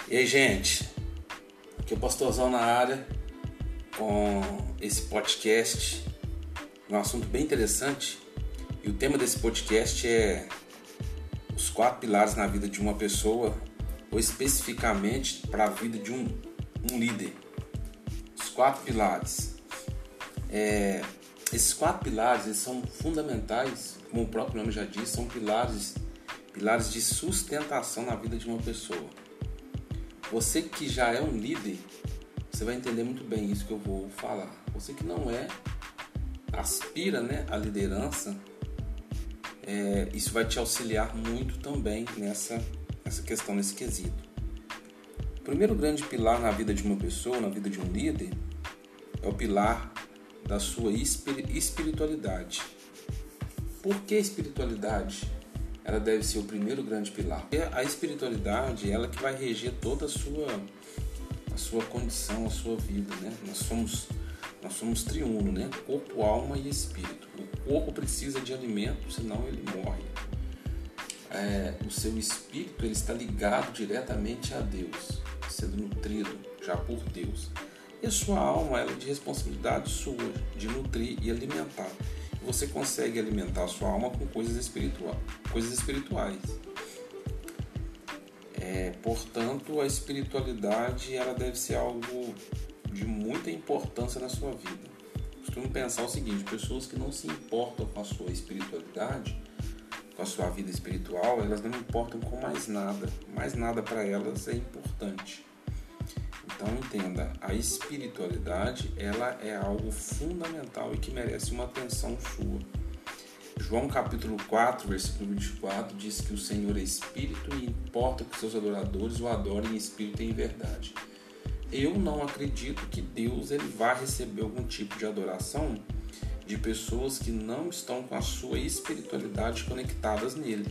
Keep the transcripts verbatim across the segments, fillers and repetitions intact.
E aí, gente, aqui é o Pastorzão na área com esse podcast, um assunto bem interessante. E o tema desse podcast é os quatro pilares na vida de uma pessoa, ou especificamente para a vida de um, um líder. Os quatro pilares. É, esses quatro pilares eles são fundamentais, como o próprio nome já diz, são pilares, pilares de sustentação na vida de uma pessoa. Você que já é um líder, você vai entender muito bem isso que eu vou falar. Você que não é, aspira, né, à liderança, é, isso vai te auxiliar muito também nessa, nessa questão, nesse quesito. O primeiro grande pilar na vida de uma pessoa, na vida de um líder, é o pilar da sua espiritualidade. Por que espiritualidade? Ela deve ser o primeiro grande pilar. A espiritualidade, ela que vai reger toda a sua, a sua condição, a sua vida, né? Nós somos, nós somos triuno, né? Corpo, alma e espírito. O corpo precisa de alimento, senão ele morre. É, o seu espírito ele está ligado diretamente a Deus, sendo nutrido já por Deus. E a sua alma ela é de responsabilidade sua, de nutrir e alimentar. Você consegue alimentar a sua alma com coisas espirituais. Coisas espirituais. É, portanto, a espiritualidade ela deve ser algo de muita importância na sua vida. Costumo pensar o seguinte: pessoas que não se importam com a sua espiritualidade, com a sua vida espiritual, elas não importam com mais nada. Mais nada para elas é importante. Então entenda, a espiritualidade ela é algo fundamental e que merece uma atenção sua. João capítulo quatro, versículo vinte e quatro diz que o Senhor é espírito e importa que seus adoradores o adorem em espírito e em verdade. Eu não acredito que Deus ele vá receber algum tipo de adoração de pessoas que não estão com a sua espiritualidade conectadas nele.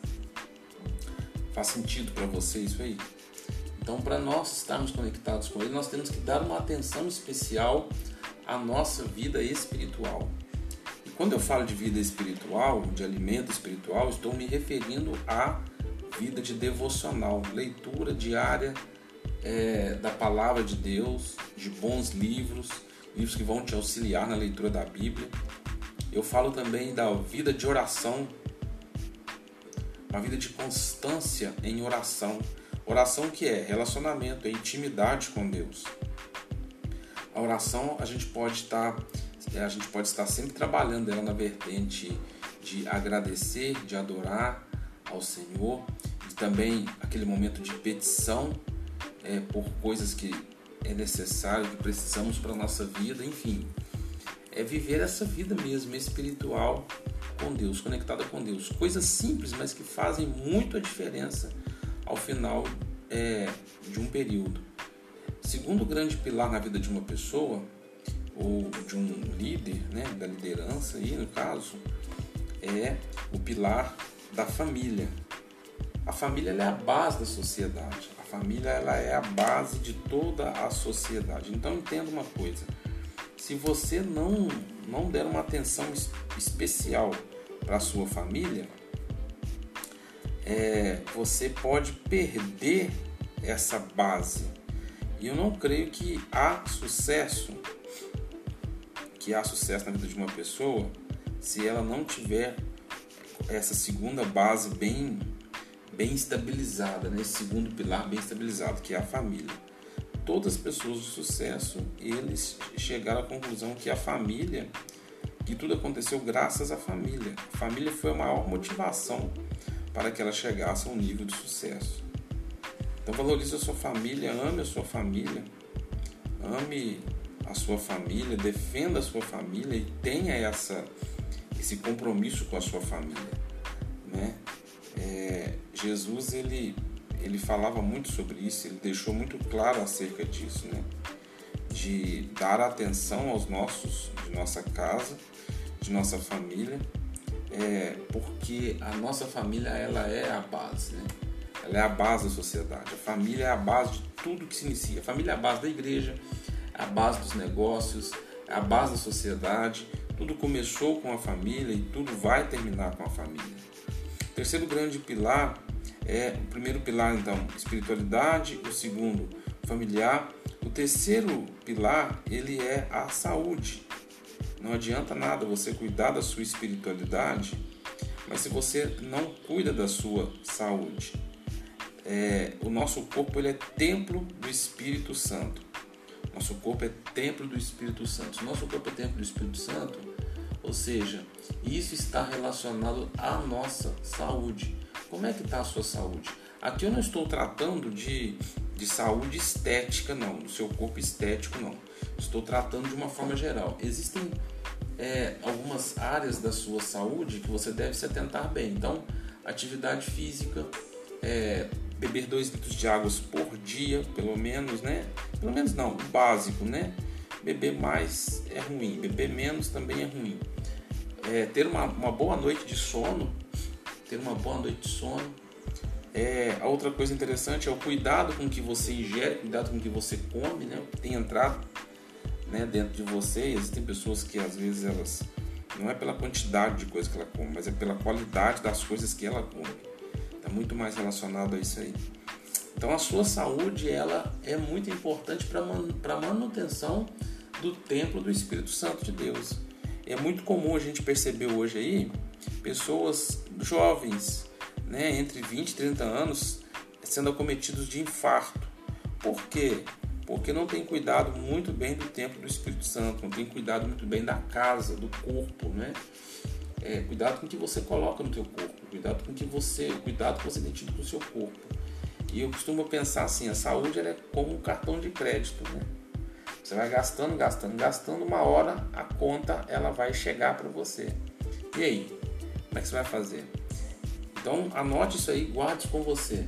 Faz sentido para você isso aí? Então, para nós estarmos conectados com Ele, nós temos que dar uma atenção especial à nossa vida espiritual. E quando eu falo de vida espiritual, de alimento espiritual, estou me referindo à vida de devocional, leitura diária é, da Palavra de Deus, de bons livros, livros que vão te auxiliar na leitura da Bíblia. Eu falo também da vida de oração, uma vida de constância em oração. Oração que é relacionamento, é intimidade com Deus. A oração a gente pode estar, a gente pode estar sempre trabalhando ela na vertente de agradecer, de adorar ao Senhor, e também aquele momento de petição é, por coisas que é necessário, que precisamos para a nossa vida, enfim. É viver essa vida mesmo, espiritual com Deus, conectada com Deus. Coisas simples, mas que fazem muito a diferença ao final é, de um período. Segundo grande pilar na vida de uma pessoa, ou de um líder, né, da liderança, aí no caso, é o pilar da família. A família ela é a base da sociedade. A família ela é a base de toda a sociedade. Então entenda uma coisa: se você não, não der uma atenção especial para a sua família, É, você pode perder essa base. E eu não creio que há sucesso, que há sucesso na vida de uma pessoa se ela não tiver essa segunda base bem, bem estabilizada, né? Esse segundo pilar bem estabilizado, que é a família. Todas as pessoas de sucesso, eles chegaram à conclusão que a família, que tudo aconteceu graças à família. A família foi a maior motivação para que ela chegasse a um nível de sucesso. Então valorize a sua família, ame a sua família, ame a sua família, defenda a sua família e tenha essa, esse compromisso com a sua família, né? É, Jesus ele, ele falava muito sobre isso, ele deixou muito claro acerca disso, né? De dar atenção aos nossos, de nossa casa, de nossa família. É, porque a nossa família ela é a base, né? Ela é a base da sociedade. A família é a base de tudo que se inicia. A família é a base da igreja, é a base dos negócios, é a base da sociedade. Tudo começou com a família e tudo vai terminar com a família. O terceiro grande pilar É o primeiro pilar, então, espiritualidade, o segundo, familiar. O terceiro pilar, ele é a saúde. Não adianta nada você cuidar da sua espiritualidade, mas se você não cuida da sua saúde. É, o nosso corpo ele é templo do Espírito Santo. Nosso corpo é templo do Espírito Santo. Se nosso corpo é templo do Espírito Santo, ou seja, isso está relacionado à nossa saúde. Como é que está a sua saúde? Aqui eu não estou tratando de, de saúde estética, não, do seu corpo estético, não. Estou tratando de uma forma geral. Existem é, algumas áreas da sua saúde que você deve se atentar bem. Então, atividade física, é, beber dois litros de água por dia, pelo menos, né? Pelo menos não, o básico, né? Beber mais é ruim, beber menos também é ruim. É, ter uma, uma boa noite de sono, ter uma boa noite de sono. É, a outra coisa interessante é o cuidado com que você ingere, cuidado com que você come, né? O que tem entrado, né, dentro de você. Existem pessoas que às vezes elas não é pela quantidade de coisas que ela come, mas é pela qualidade das coisas que ela come. Está muito mais relacionado a isso aí. Então a sua saúde ela é muito importante para a manutenção do templo do Espírito Santo de Deus. É muito comum a gente perceber hoje aí pessoas jovens, né, entre vinte e trinta anos sendo acometidos de infarto. Por quê? Porque não tem cuidado muito bem do templo do Espírito Santo, não tem cuidado muito bem da casa, do corpo, né? É, cuidado com o que você coloca no teu corpo, cuidado com o que você, cuidado que você identifica com o seu corpo. E eu costumo pensar assim, a saúde ela é como um cartão de crédito, né? Você vai gastando, gastando, gastando, uma hora a conta ela vai chegar para você. E aí? Como é que você vai fazer? Então anote isso aí, guarde isso com você.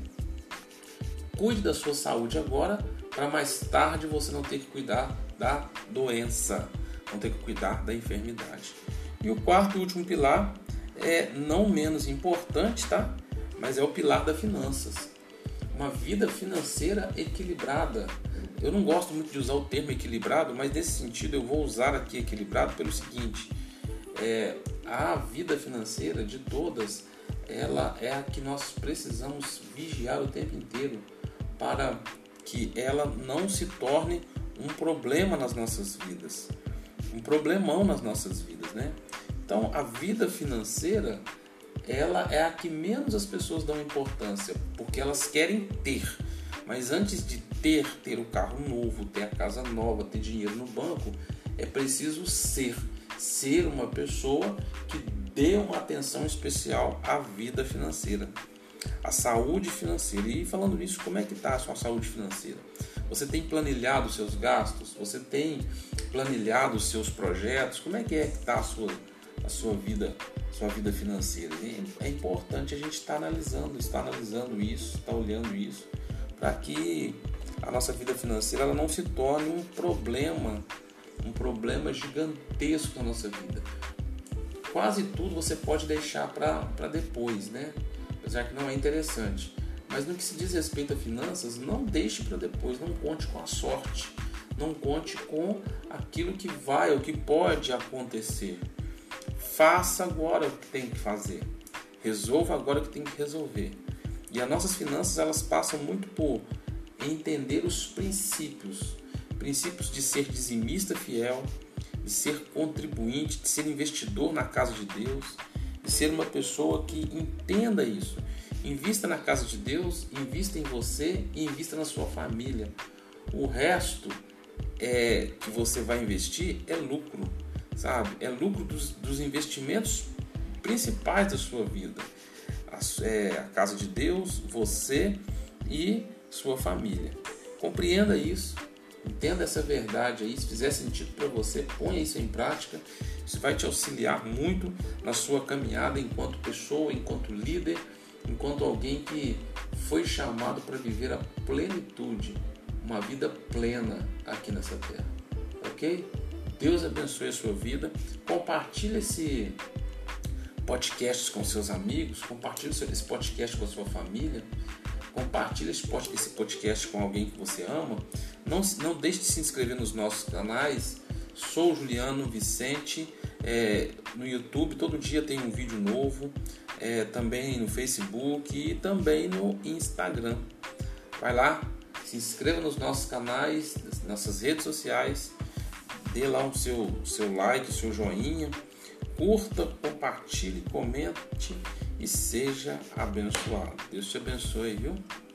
Cuide da sua saúde agora, para mais tarde você não ter que cuidar da doença, não ter que cuidar da enfermidade. E o quarto e último pilar é não menos importante, tá? Mas é o pilar das finanças. Uma vida financeira equilibrada. Eu não gosto muito de usar o termo equilibrado, mas nesse sentido eu vou usar aqui equilibrado pelo seguinte. É, a vida financeira de todas, ela é a que nós precisamos vigiar o tempo inteiro para que ela não se torne um problema nas nossas vidas, um problemão nas nossas vidas, né? Então, a vida financeira, ela é a que menos as pessoas dão importância, porque elas querem ter, mas antes de ter, ter o carro novo, ter a casa nova, ter dinheiro no banco, é preciso ser, ser uma pessoa que dê uma atenção especial à vida financeira, à saúde financeira. E falando nisso, como é que está a sua saúde financeira? Você tem planilhado os seus gastos? Você tem planilhado os seus projetos? Como é que é que está a sua, a sua vida, sua vida financeira? E é importante a gente estar analisando, estar analisando isso, estar olhando isso, para que a nossa vida financeira ela não se torne um problema, um problema gigantesco na nossa vida. Quase tudo você pode deixar para depois, né? Apesar que não é interessante. Mas no que se diz respeito a finanças, não deixe para depois, não conte com a sorte, não conte com aquilo que vai ou que pode acontecer. Faça agora o que tem que fazer, resolva agora o que tem que resolver. E as nossas finanças elas passam muito por entender os princípios, princípios de ser dizimista fiel, de ser contribuinte, de ser investidor na casa de Deus, de ser uma pessoa que entenda isso. Invista na casa de Deus, invista em você e invista na sua família. O resto é, que você vai investir é lucro, sabe? É lucro dos, dos investimentos principais da sua vida. A, é, a casa de Deus, você e sua família. Compreenda isso, entenda essa verdade aí. Se fizer sentido para você, ponha isso em prática. Isso vai te auxiliar muito na sua caminhada enquanto pessoa, enquanto líder, enquanto alguém que foi chamado para viver a plenitude, uma vida plena aqui nessa terra, ok? Deus abençoe a sua vida. Compartilhe esse podcast com seus amigos, compartilhe esse podcast com a sua família, compartilhe esse podcast com alguém que você ama. Não, não deixe de se inscrever nos nossos canais. Sou Juliano Vicente, é, no YouTube, todo dia tem um vídeo novo, é, também no Facebook e também no Instagram. Vai lá, se inscreva nos nossos canais, nas nossas redes sociais, dê lá o seu, seu like, o seu joinha, curta, compartilhe, comente e seja abençoado. Deus te abençoe, viu?